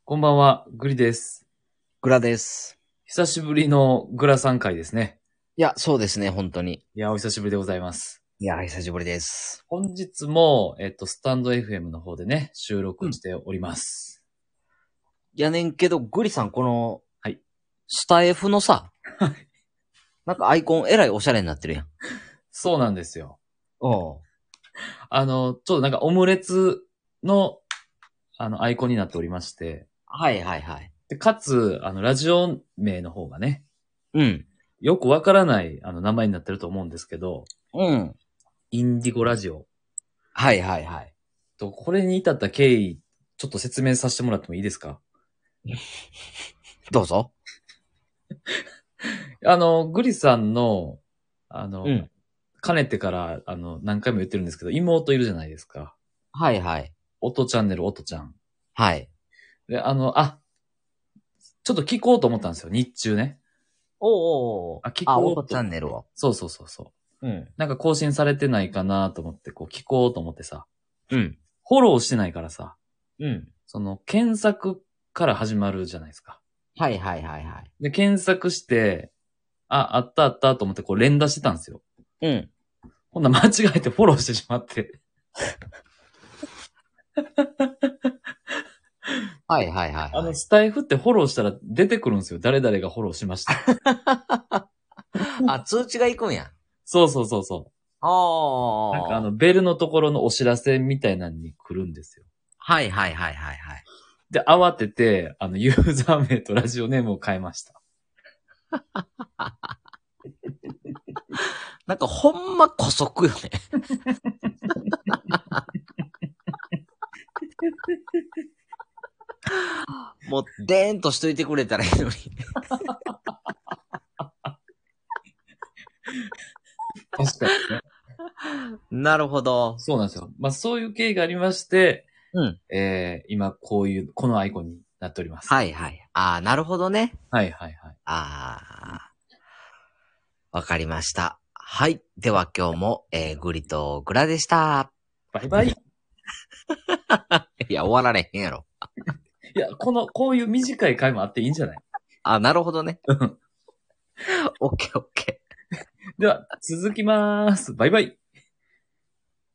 こんばんは、グリです。 グラです。 久しぶりのグラさん会ですね。 いや、そうですね、本当に。 いや、お久しぶりでございます。 いや、久しぶりです。 本日も、スタンド FM の方でね、収うん。 録しております。 やねんけど、グリさん、この、 はい。 スタイフのさ、なんかアイコンえらいおしゃれになってるやん。 そうなんですよ。 おう。 ちょっとなんかオムレツの、アイコンになっておりまして、 はいはいはい。 で、かつ、ラジオ名の方がね、 うん。 よくわからない、名前になってると思うんですけど、 うん。 インディゴラジオはいはいはい。 これに至った経緯、ちょっと説明させてもらってもいいですか？ どうぞ。 グリさんの、あの、 うん。 かねてから、何回も言ってるんですけど、妹いるじゃないですか。 はいはい。 音チャンネル、音ちゃん。 はい。 で、ちょっと聞こうと思ったんですよ、日中ね。 おうおうおう。 聞あ、 こうと。 音チャンネルを。 そうそうそうそう。 うん。 なんか更新されてないかなと思って、こう聞こうと思ってさ、 うん。 フォローしてないからさ、 うん。 検索から始まるじゃないですか。 はいはいはいはい。 で、検索して、あったあったと思ってこう連打してたんですよ。 うん。 ほんなら間違えてフォローしてしまって。 はいはいはいはい。 スタイフってフォローしたら出てくるんですよ。誰々がフォローしました。 あ、通知が行くんや。 そうそうそうそう。 ああ。 ベルのところのお知らせみたいなのに来るんですよ。 はいはいはいはいはい。 で、慌てて、ユーザー名とラジオネームを変えました。 なんかほんま古速よね。もう、でーんとしといてくれたらいいのに。 確かにね。 なるほど。 そうなんですよ。まあ、そういう経緯がありまして、 うん。 今こういう、このアイコンになっております。 はいはい。ああ、なるほどね。 はいはいはい。 ああ、わかりました。はい。では今日も、グリとグラでした。 バイバイ。 いや、終わられへんやろ。 いや、こういう短い回もあっていいんじゃない？ あ、なるほどね。 うん。 オッケーオッケー。 では、続きます。バイバイ。